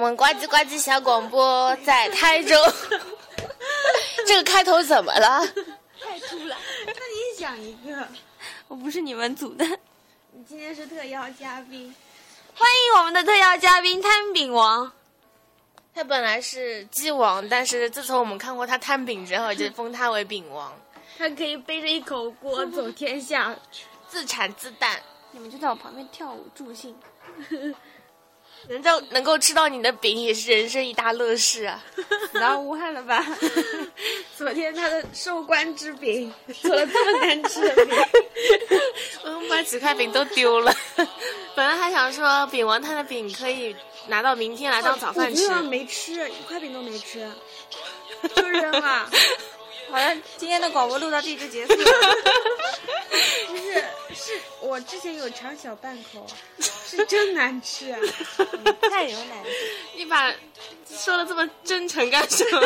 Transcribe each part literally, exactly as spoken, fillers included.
们呱唧呱唧小广播在台州。这个开头怎么了？ 太突然。那你想一个， 我不是你们组的。 你今天是特邀嘉宾，欢迎我们的特邀嘉宾摊饼王。 他本来是鸡王，但是自从我们看过他摊饼之后，就封他为饼王。 他可以背着一口锅走天下， 自产自蛋。 你们就在我旁边跳舞助兴。 能够能够吃到你的饼也是人生一大乐事啊！ 然后武汉了吧？昨天他的收官之饼做了这么难吃的饼， 我们把几块饼都丢了。本来还想说饼王摊的饼可以拿到明天来当早饭吃， 我没吃，一块饼都没吃，就扔了。 好了，今天的广播录到这里就结束了。 不是，是我之前有尝小半口，是真难吃啊！ 太有难吃。 你把说的这么真诚干什么？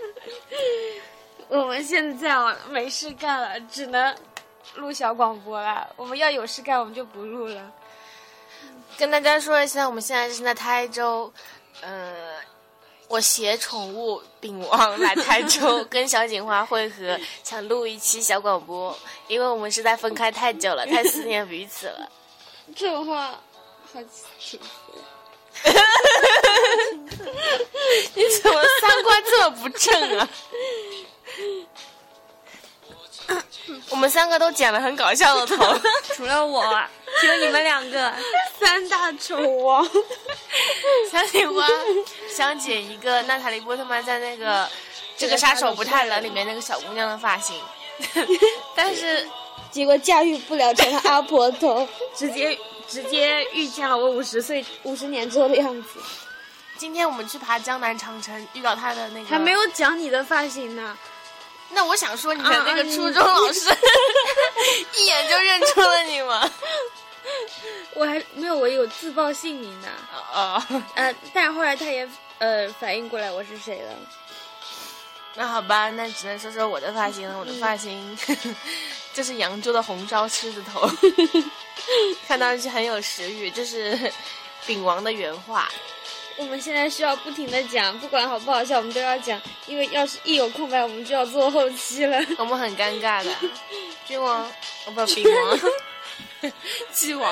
我们现在哦没事干了，只能录小广播了。我们要有事干，我们就不录了。 跟大家说一下，我们现在是在台州，呃。我携宠物饼王来台州跟小锦花会合，想录一期小广播，因为我们实在分开太久了，太思念彼此了。 这种话好轻松。你怎么三观这么不正啊？我们三个都剪了很搞笑的头， 除了我，只有你们两个， 三大丑王。 小锦花想剪一个娜塔莉波特曼在那个《这个杀手不太冷》里面那个小姑娘的发型，但是结果驾驭不了，成了阿婆头，直接直接预见了我五十岁五十年之后的样子。 今天我们去爬江南长城，遇到他的那个， 还没有讲你的发型呢。 那我想说，你的那个初中老师、啊、一眼就认出了你吗？ 我还没有，我有自报姓名的。 哦， 呃，但是后来他也呃反应过来我是谁了。 那好吧，那只能说说我的发型了。我的发型，嗯、这是扬州的红烧狮子头，看上去很有食欲。这是饼王的原话。 我们现在需要不停的讲，不管好不好笑，我们都要讲，因为要是一有空白，我们就要做后期了。 我们很尴尬的。君王，哦不，饼王，鸡王。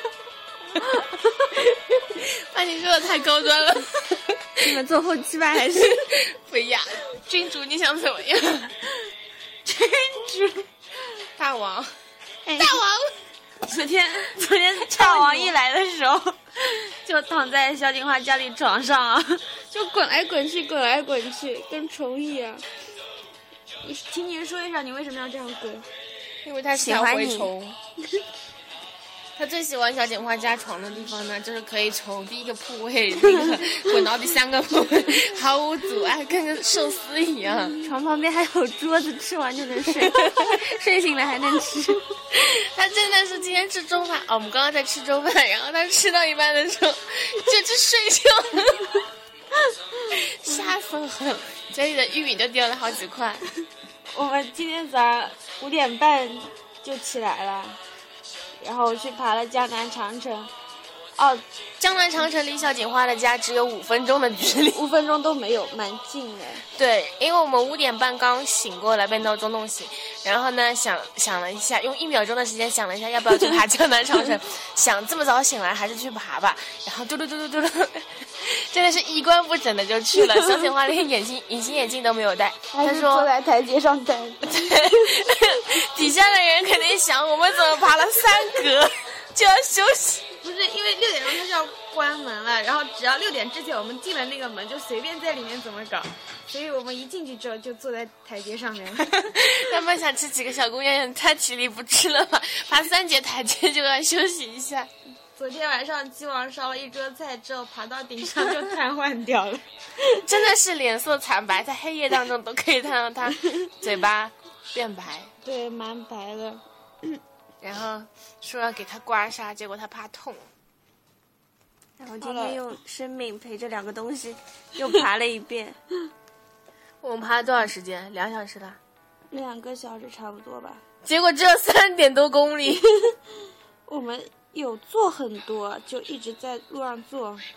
把你说的太高端了。 你们做后期吧，还是不要？君主，你想怎么样？ 君主， 大王， 哎、 大王。 昨天昨天大王一来的时候，就躺在小锦花家里床上啊，就滚来滚去，滚来滚去，跟虫一样。请你说一下，你为什么要这样滚？ 因为他喜欢蛔虫。他最喜欢小锦花家床的地方呢，就是可以从第一个铺位那个滚到第三个铺位，毫无阻碍，跟个寿司一样。 床旁边还有桌子，吃完就能睡，睡醒了还能吃。 他真的是今天吃中饭哦，我们刚刚在吃中饭，然后他吃到一半的时候就去睡觉了，吓死我了！嘴里的玉米就掉了好几块。 我们今天早上五点半就起来了。然后去爬了江南长城， 哦，江南长城离小锦花的家只有五分钟的距离， 五分钟都没有，蛮近的。 对，因为我们五点半刚醒过来，被闹钟弄醒，然后呢想想了一下，用一秒钟的时间想了一下要不要去爬江南长城，想这么早醒来还是去爬吧，然后嘟嘟嘟嘟嘟嘟，真的是衣冠不整的就去了。小锦花连眼镜隐形眼镜都没有戴，他说坐在台阶上戴。 对，底下的人肯定想我们怎么爬了三格就要休息。 不是因为六点钟他就要关门了，然后只要六点之前我们进了那个门，就随便在里面怎么搞，所以我们一进去之后就坐在台阶上面。 他们想吃几个小姑娘太体力不支了吧，爬三节台阶就要休息一下。 昨天晚上鸡王烧了一桌菜之后，爬到顶上就瘫痪掉了， 真的是脸色惨白，在黑夜当中都可以看到他嘴巴变白。 对，蛮白的。 然后说要给他刮痧，结果他怕痛。 然后今天用生命陪着两个东西又爬了一遍。 我们爬了多少时间？两小时了。 两个小时差不多吧。 结果只有三点多公里。 我们有坐很多，就一直在路上坐。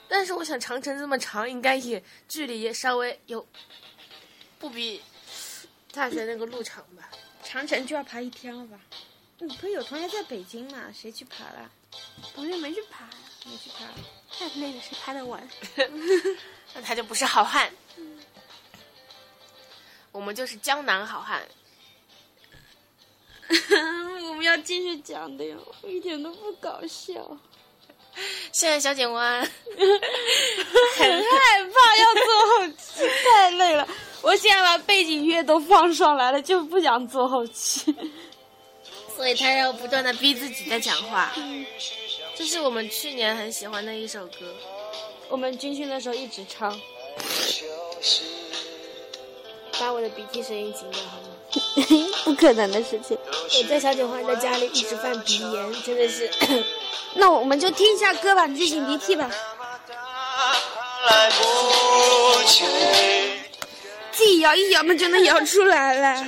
但是我想长城这么长，应该也距离也稍微有不比大学那个路长吧？ 长城就要爬一天了吧？你不是有同学在北京吗？谁去爬了？ 同学没去爬， 没去爬。 太累了，谁爬得完？ 那他就不是好汉。我们就是江南好汉。 我们要继续讲的呀，一点都不搞笑。 现在小警官很害怕要做后期，太累了。我现在把背景音乐都放上来了，就不想做后期。 所以他要不断的逼自己在讲话。这是我们去年很喜欢的一首歌， 我们军训的时候一直唱。 把我的鼻涕声音停掉好吗？ 不可能的事情。 我在小警官在家里一直犯鼻炎，真的是。 那我们就听一下歌吧，你去擤鼻涕吧。自己摇一摇嘛，就能摇出来了。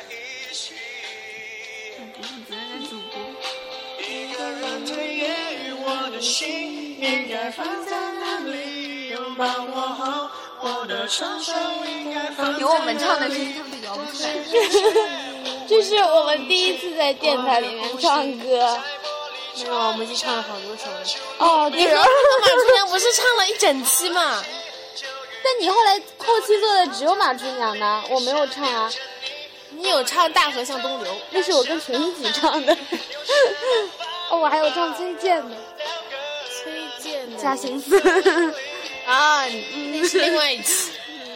不是责任主播。 一个人最远我的心应该放在哪里？拥抱我后，我的双手应该放在有我们唱的声音，他们就摇不出来。 这是我们第一次在电台里面唱歌。 没有，我们已经唱了好多首了。 哦，对了， 马春娘不是唱了一整期吗？ 但你后来后期做的只有马春娘呢，我没有唱啊。 你有唱《大河向东流》， 那是我跟陈一起唱的。哦，我还有唱崔健的， 崔健的加心思啊，那是另外一期。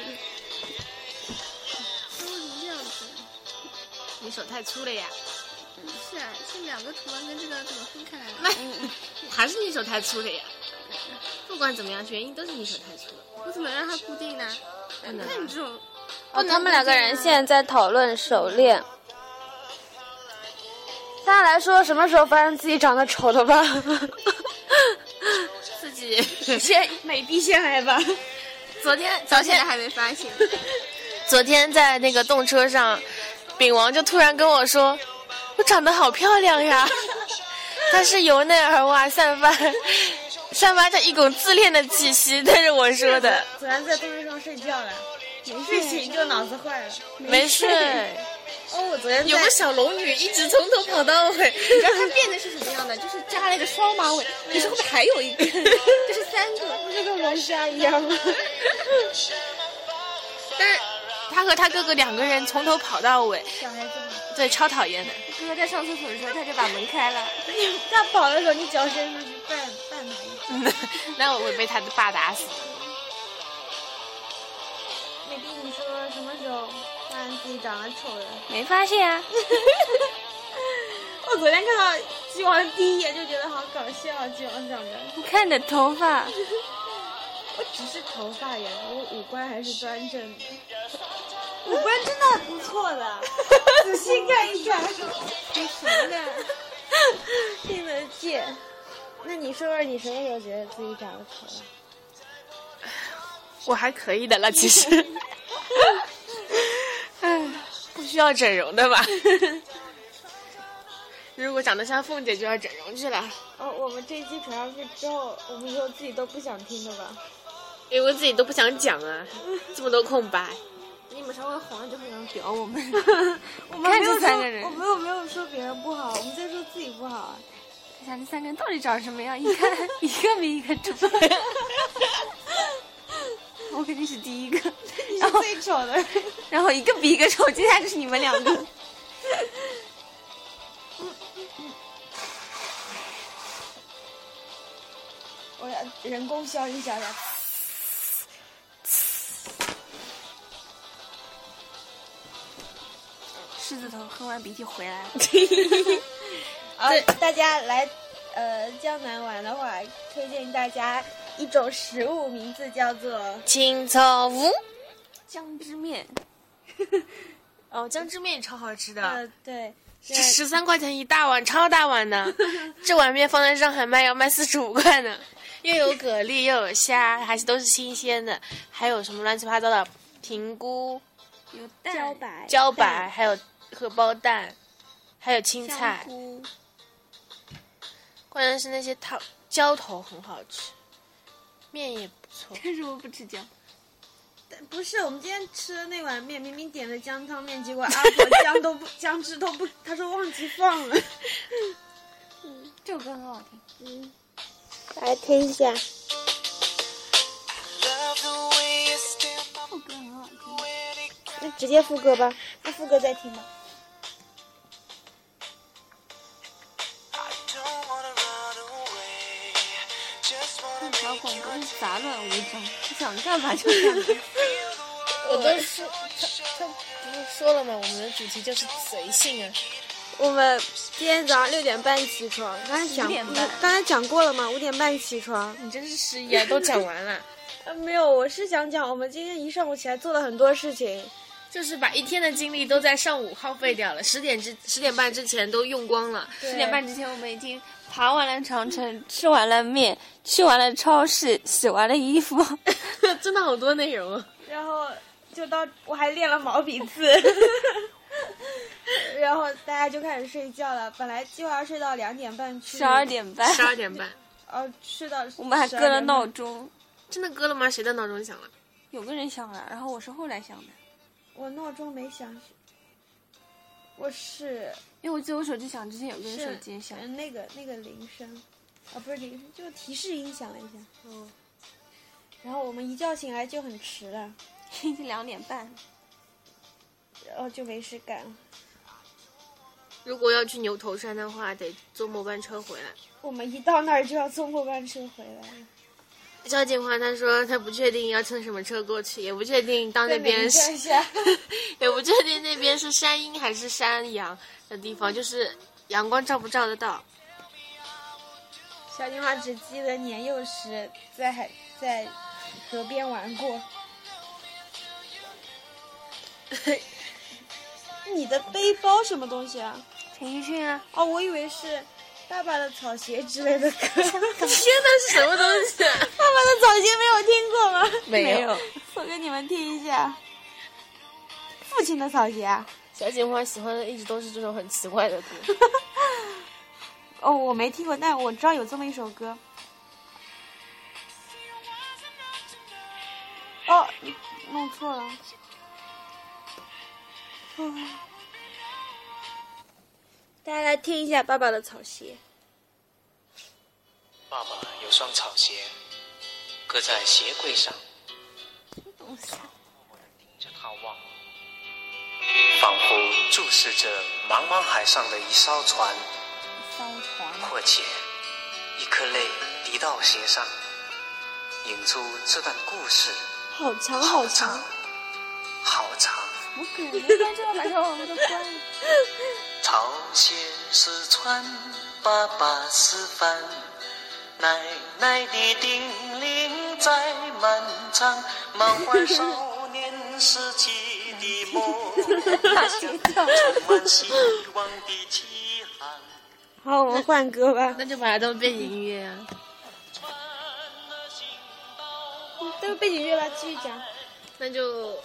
为什么这样子？ 你手太粗了呀！ 是啊，是两个图案跟这个怎么分开来了？ 那还是你手太粗了呀！不管怎么样，原因都是你手太粗了。 我怎么让它固定呢？ 不能看你这种。 哦，他们两个人现在在讨论手链。大家来说，什么时候发现自己长得丑的吧？ 自己先美的先来吧。 昨天到昨天现在还没发现。 昨天在那个动车上，饼王就突然跟我说：“我长得好漂亮呀！”他是由内而外散发散发着一股自恋的气息，对着我说的。 昨天在动车上睡觉了，没睡醒就脑子坏了。 没睡。 哦，我昨天有个小龙女一直从头跑到尾。 你知道它变的是什么样的？就是扎了一个双马尾，可是后面还有一个，就是三个， 不是跟龙虾一样吗？ 但是他和他哥哥两个人从头跑到尾， 小孩子嘛。 对，超讨厌的。 哥哥在上厕所的时候，他就把门开了。 他跑的时候，你脚伸出去绊绊他一下。 那我会被他的爸打死。 美丽，你说什么时候发现自己长得丑了？ 没发现啊。 我昨天看到鸡王第一眼就觉得好搞笑，鸡王长得。 你看你的头发， 我只是头发呀，我五官还是端正的。五官真的不错的，仔细看一看。 你什么呢？ 听得见。那你说说，你什么时候觉得自己长得丑了？ 我还可以的了，其实。唉，不需要整容的吧？如果长得像凤姐，就要整容去了。 哦，我们这一期传上去之后，我们以后自己都不想听了吧？ 因为自己都不想讲啊，这么多空白。 你们稍微红了就会有人表我们。 我们没有说看这三个人我们又没有说别人不好，我们在说自己不好啊。 看下这三个人到底长什么样？一看一个比一个丑。我肯定是第一个， 你是最丑的。 然后一个比一个丑，接下来就是你们两个。 我要人工消音小点。 狮子头喝完鼻涕回来了。 呃，大家来呃江南玩的话，推荐大家一种食物，名字叫做青草屋。 姜汁面。 哦，姜汁面超好吃的。 呃对， 这十三块钱一大碗，超大碗的。这碗面放在上海卖要卖四十五块呢，又有蛤蜊又有虾，还是都是新鲜的，还有什么乱七八糟的平菇、 有蛋、 茭白、 茭白，还有荷包蛋，还有青香菜。 菇。 关键是那些汤浇头很好吃。 面也不错。 但是我不吃姜。 不是，我们今天吃的那碗面，明明点的姜汤面，结果阿婆姜都不姜汁都不，他说忘记放了。 嗯，这首歌很好听。 嗯，来听一下。 副歌很好听。 那直接副歌吧，那副歌再听吧。 小广播是杂乱无章，他想干嘛就干嘛。 我都说他他不是说了吗？我们的主题就是随性啊。 我们今天早上六点半起床，刚才讲五点半刚才讲过了吗？五点半起床。 你真是失忆啊！都讲完了， 呃，没有，我是想讲我们今天一上午起来做了很多事情。 就是把一天的精力都在上午耗费掉了，十点之十点半之前都用光了。 十点半之前，我们已经爬完了长城，吃完了面，去完了超市，洗完了衣服， 真的好多内容啊！ 然后就到我还练了毛笔字，然后大家就开始睡觉了。本来计划睡到两点半去， 十二点半， 十二点半， 哦，睡到我们还搁了闹钟。 真的搁了吗？谁的闹钟响了？ 有个人响了，然后我是后来响的。 我闹钟没响，我是因为我记得我手机响之前有个人手机响， 那个那个铃声，啊不是铃声，就提示音响了一下。 嗯， 然后我们一觉醒来就很迟了， 已经两点半， 然后就没事干了。 如果要去牛头山的话，得坐末班车回来。 我们一到那儿就要坐末班车回来。 萧景华他说他不确定要乘什么车过去，也不确定到那边是，也不确定那边是山阴还是山阳的地方，就是阳光照不照得到。 小金花只记得年幼时在海在河边玩过。你的背包什么东西啊？ 陈奕迅啊。 哦，我以为是爸爸的草鞋之类的歌。天哪，是什么东西、啊？ 爸爸的草鞋没有听过吗？ 没有， 我给你们听一下。父亲的草鞋啊。 小锦花喜欢的一直都是这种很奇怪的歌。 哦，我没听过，但我知道有这么一首歌。哦，弄错了。哦，大家来听一下爸爸的草鞋。 爸爸有双草鞋，搁在鞋柜上。 什么东西啊？ 盯着它望，仿佛注视着茫茫海上的一艘船。 一艘船。 或且，一颗泪滴到鞋上，引出这段故事。 好长，好长， 好长。 我可能没关这把小网络都关了。 草鞋是船，爸爸是帆，奶奶的叮咛在漫长满怀少年时期的梦，充满希望的期盼。 好，我们换歌吧。 那就把它当背景音乐啊。 这个背景乐吧，继续讲。 那就。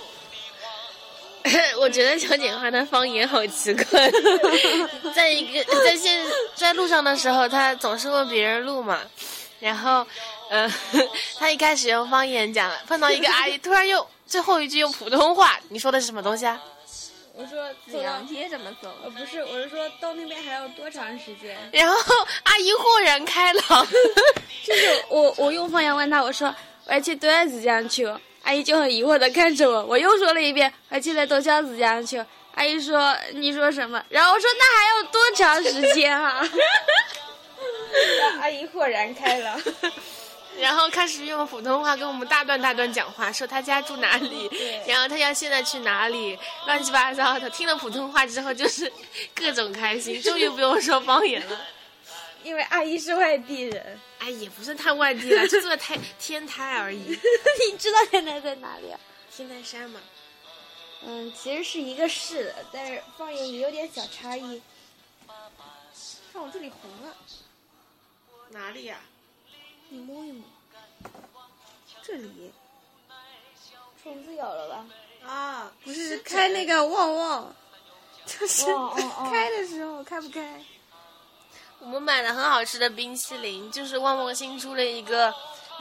我觉得小锦花的方言好奇怪，在一个在现在路上的时候，他总是问别人路嘛，然后，呃，他一开始用方言讲了，碰到一个阿姨，突然又最后一句用普通话，你说的是什么东西啊？ 我说紫阳街怎么走？ 呃，不是，我是说到那边还要多长时间？ 然后阿姨豁然开朗， 就是我我用方言问他，我说我要去多少时间去？阿姨就很疑惑的看着我，我又说了一遍，而且在多少时间去？阿姨说你说什么？然后我说那还要多长时间啊？阿姨豁然开朗， 然后开始用普通话跟我们大段大段讲话，说他家住哪里，然后他要现在去哪里，乱七八糟的。听了普通话之后就是各种开心，终于不用说方言了。 因为阿姨是外地人。 哎，也不是太外地了，就住在太天台而已。 你知道天台在哪里啊？ 天台山嘛。 嗯，其实是一个市的，但是方言也有点小差异。看我这里红了。 哪里呀、啊？ 你摸一摸。这里。虫子咬了吧？ 啊， 不是开那个旺旺，就是哦哦哦开的时候开不开？ 我们买了很好吃的冰淇淋，就是旺旺新出了一个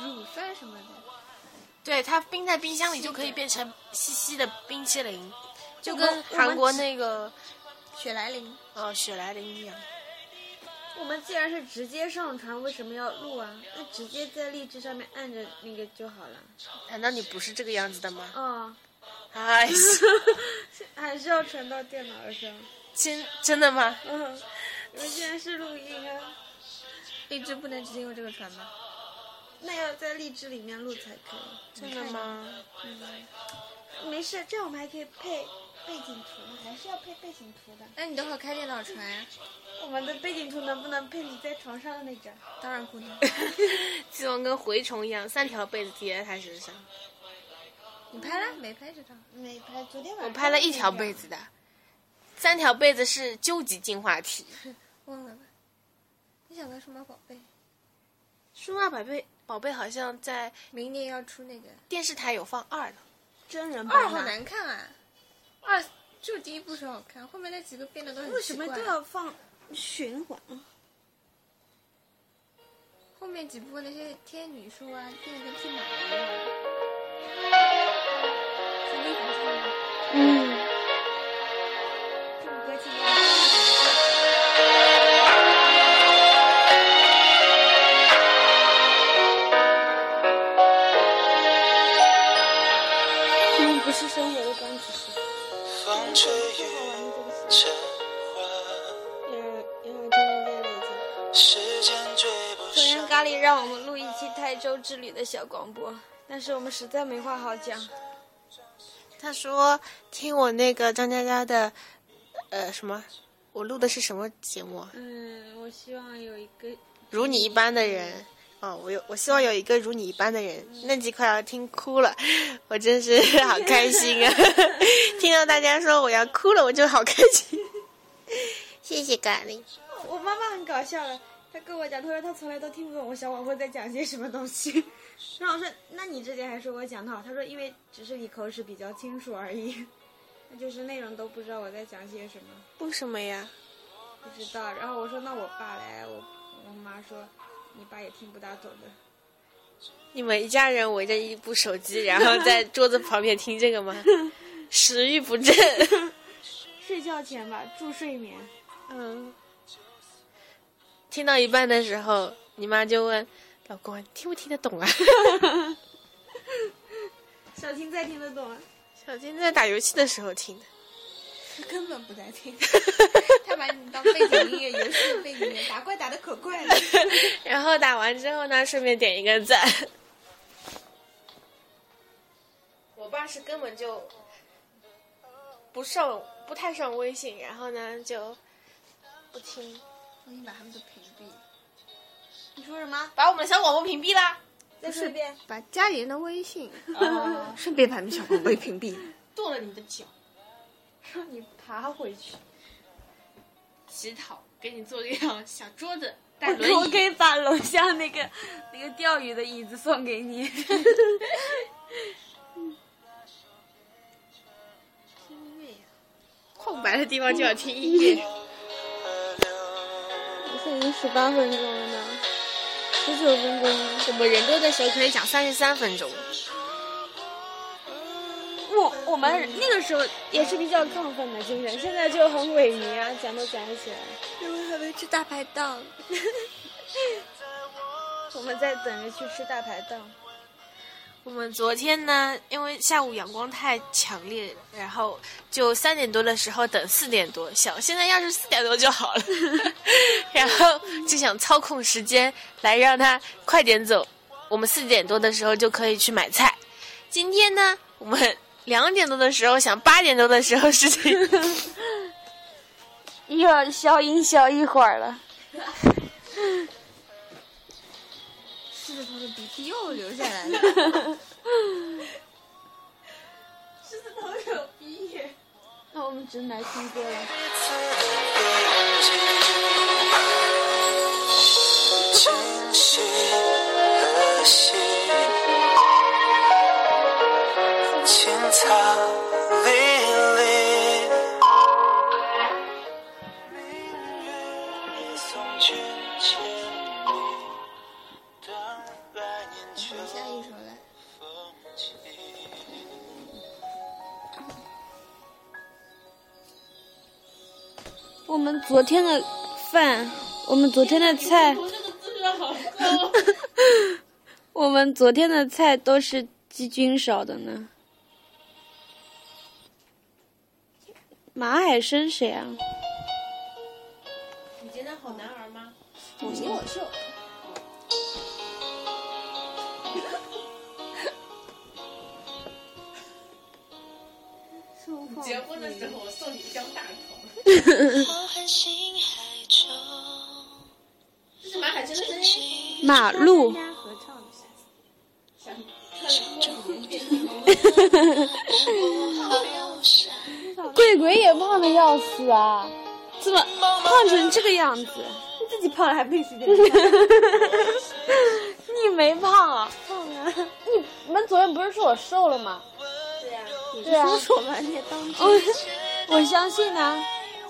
乳酸什么的。 对，它冰在冰箱里就可以变成稀稀的冰淇淋，就跟我们韩国那个雪莱林。 呃雪莱林一样。 我们既然是直接上传，为什么要录啊？那直接在荔枝上面按着那个就好了。 难道你不是这个样子的吗？ 哦， 哎， 还是要传到电脑上。 真真的吗？ 嗯，我们现在是录音啊， 荔枝不能直接用这个传吗？ 那要在荔枝里面录才可以。 真的吗？ 没事，这样我们还可以配背景图呢，还是要配背景图的。 那你等会儿开电脑传呀、 我们的背景图能不能配你在床上的那张？ 当然不能。 希望跟蛔虫一样，三条被子贴在他身上。 你拍了没拍这张？ 没拍，昨天晚上我拍了一条被子的，三条被子是究极进化体。 忘了吧？你想干数码宝贝？ 数码宝贝宝贝好像在明年要出那个电视台有放二的。 真人二好版的。 难看啊！二就第一部是好看，后面那几个变得都很奇怪。 为什么都要放循环？ 后面几部那些天女树啊，变得跟匹马一样。是那个唱的。 嗯。这首歌其实嗯，不是生活的光，只是风吹雨成花， 也也好听到这个例子。 时间追不昨天上。 咖喱让我们录一期泰州之旅的小广播，但是我们实在没话好讲。 他说听我那个张嘉佳的，呃什么，我录的是什么节目啊？ 嗯，我希望有一个如你一般的人。哦，我有，我希望有一个如你一般的人。那集快要听哭了，我真是好开心啊！听到大家说我要哭了，我就好开心。谢谢咖喱。 我妈妈很搞笑了，她跟我讲，她说她从来都听不懂我小广播在讲些什么东西。然后我说，那你之前还说我讲的好，她说因为只是你口齿比较清楚而已，那就是内容都不知道我在讲些什么， 为什么呀？ 不知道。然后我说那我爸来，我我妈说你爸也听不大懂的。 你们一家人围着一部手机，然后在桌子旁边听这个吗？食欲不振。 睡觉前吧，助睡眠。 嗯。听到一半的时候，你妈就问老公：“你听不听得懂啊？” 小青再听得懂啊？ 小金在打游戏的时候听的。 根本不在听，他把你当背景音乐，游戏背景音乐，打怪打得可快了。 然后打完之后呢，顺便点一个赞。我爸是根本就不上，不太上微信，然后呢就不听， 我已经把他们都屏蔽了。 你说什么？ 把我们的小广播屏蔽啦。 再说一遍。 把家里人的微信， 哦， 顺便把你们小广播屏蔽了。 跺了你的脚， 让你爬回去。 乞讨，给你做个样小桌子，带我轮椅。 我可以把楼下那个那个钓鱼的椅子送给你。 听音乐呀。 空白的地方就要听音乐。 现在已经十八分钟了呢，十九分钟了。 我们人多的时候可以讲三十三分钟。 我我们那个时候也是比较亢奋的精神，现在就很萎靡啊，讲都讲不起来。 因为还没吃大排档。 我们在等着去吃大排档。 我们昨天呢，因为下午阳光太强烈，然后就三点多的时候等四点多，想现在要是四点多就好了，然后就想操控时间来让它快点走，我们四点多的时候就可以去买菜。今天呢，我们两点多的时候想八点多的时候事情， 又要消音消一会儿了。 狮子头的鼻涕又流下来了。 狮子头有鼻炎。那我们只能来听歌了。 清晰和煦，青草离离，明月一送君千里，当百年绝我们昨天的饭，我们昨天的菜， 我这个资料好高。 我们昨天的菜都是季军烧的呢。马海生谁啊？ 你今天好男儿吗？ 我行我秀。 结婚的时候我送你一张大床。这是马海生的声音。 马路。 合唱一下。 鬼鬼也胖的要死啊！怎么胖成这个样子？ 自己胖了还配时间？ 你没胖啊？ 胖啊！ 你们昨天不是说我瘦了吗？ 对呀、你对啊说说嘛，你也当真。 我我相信啊。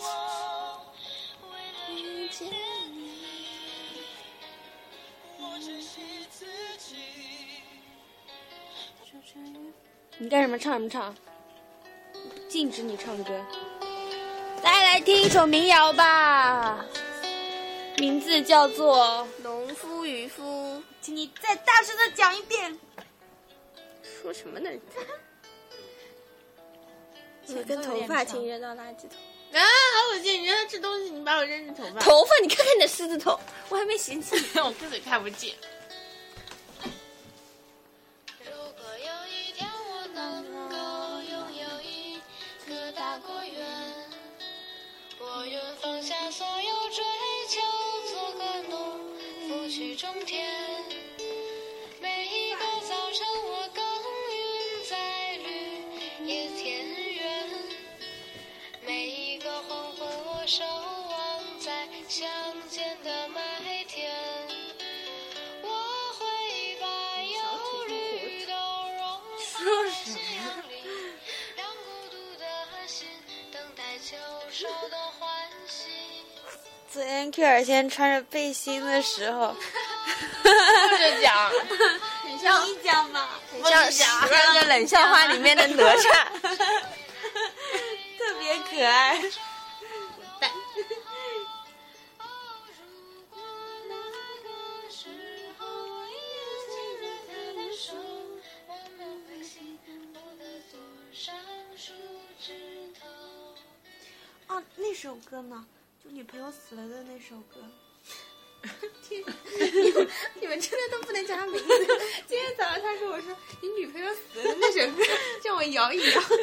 你干什么唱什么唱？禁止你唱歌。再来听一首民谣吧，名字叫做 《农夫渔夫》， 请你再大声的讲一遍。 说什么呢？我跟头发请扔到垃圾桶。 啊，好恶心！你让他吃东西，你把我扔成头发。 头发，你看看你的狮子头，我还没嫌弃你。 我根本看不见。 如果有一天我能够拥有一个大果园，我愿放下所有追求，做个农夫去种田。每一个早晨我耕耘在绿野田园，每一个黄昏我守望在乡间的麦田。我会把忧虑都融化在心里，让孤独的心等待秋收的欢喜。 昨天 Q 尔先穿着背心的时候， 不准讲， 很像你讲嘛， 不准讲。 十二个冷笑话里面的哪吒， 特别可爱。 哦，那首歌呢？就女朋友死了的那首歌。你们真的都不能讲他名字。今天早上他跟我说你女朋友死了的那首歌，叫我摇一摇。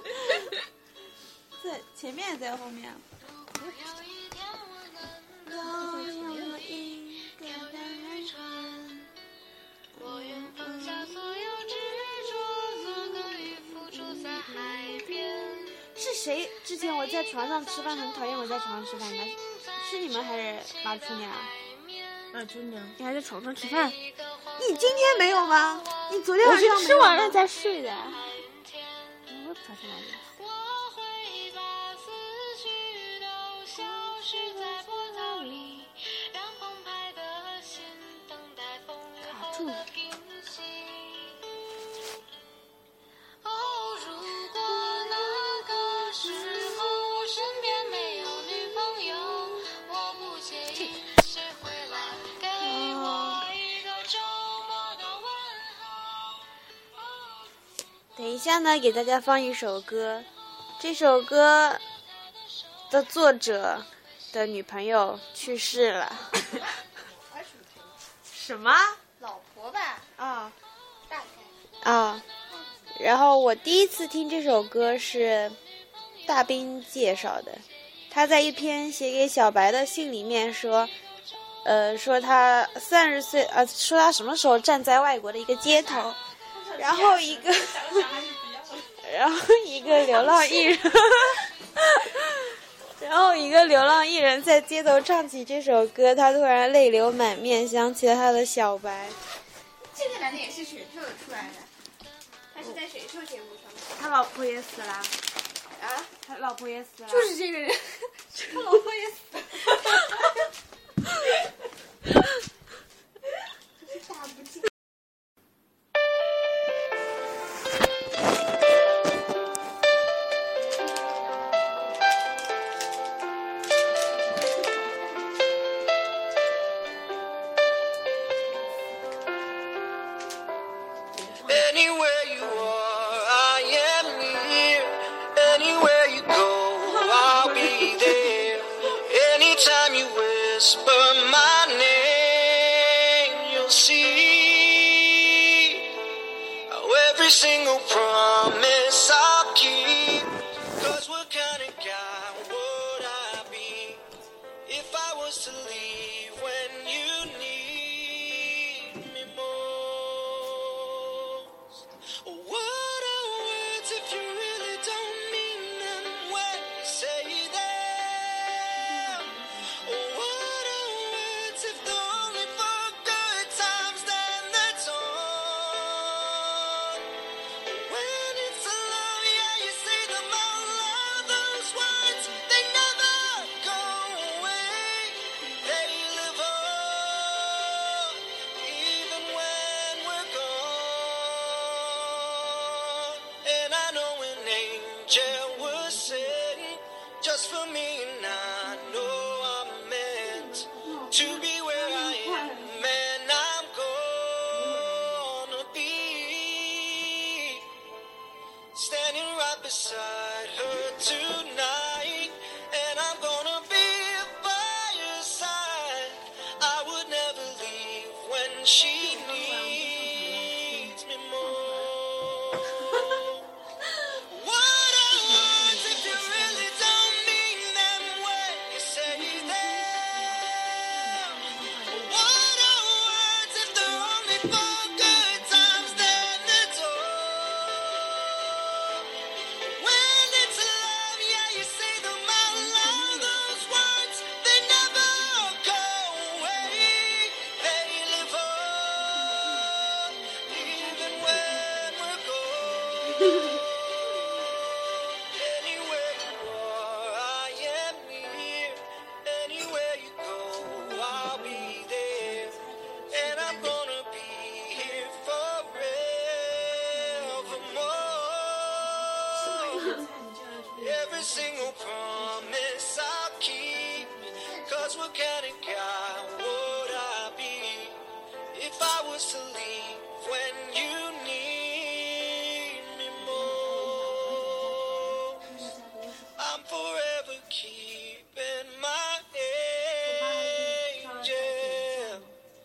在前面也在后面。 有一天我能够有一条条渔船，我愿放下所有执着，做个渔夫住在海边。 是谁？之前我在床上吃饭很讨厌我在床上吃饭的，是你们还是马厨娘？ 马厨娘， 你还在床上吃饭？ 你今天没有吗？你昨天我晚上是吃完了再睡的。 我会把思绪都消失在波涛里，让澎湃的心等待风雨后的平息。哦，如果那个时候我身边没有女朋友，我不介意谁回来给我一个周末的问候。哦， 等一下呢，给大家放一首歌，这首歌的作者的女朋友去世了。什么？ 老婆吧？ 啊大概。 啊！然后我第一次听这首歌是大兵介绍的，他在一篇写给小白的信里面说，呃，说他三十岁，呃，说他什么时候站在外国的一个街头，然后一个，然后一个流浪艺人，然后一个流浪艺人在街头唱起这首歌，他突然泪流满面，想起了他的小白。 这个男的也是选秀出来的，他是在选秀节目上面。 他老婆也死了， 啊， 他老婆也死了， 就是这个人，他老婆也死了。真是大不敬。 whisper my name, you'll see how every single promise I'll keep. Cause what kind of guy would I be if I was to leave when you need me most? What are words if you really don't mean them when you say them? What are words if they're only for good times, then that's all. When it's love, yeah, you say them out loud. Those words, they never go away. They live on, even when we're gone. And I know an angel was sent just for me, and I know I'm meant to be where I am, and I'm gonna be standing right beside her tonight, and I'm gonna be by her side. I would never leave when she needs me more. What are words if you really don't mean them when you say them? What are words if they're only for good times, then that's all. When it's love, yeah, you say them out loud. Those words, they never go away. They live on, even when we're gone. Anywhere you are, I am here. Anywhere you go, I'll be there. And I'm gonna be here forevermore. Every single promise I'll keep. Cause what kind of guy would I be if I was to leave when you need me most? I'm forever keeping my angel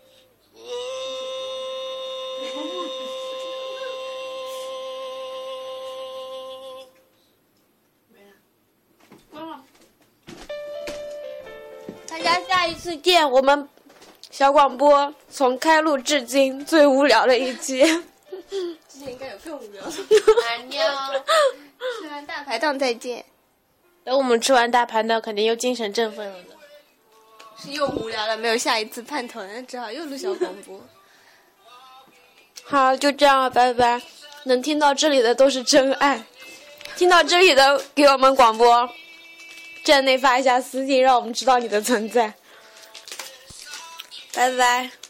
close. 大家下一次见，我们小广播从开录至今最无聊的一期。 之前应该有更无聊的。 安妞， 吃完大排档再见。 等我们吃完大盘呢，肯定又精神振奋了的。 是又无聊了，没有下一次盼头了，只好又录小广播。 好，就这样了，拜拜。能听到这里的都是真爱，听到这里的给我们广播站内发一下私信，让我们知道你的存在。拜拜。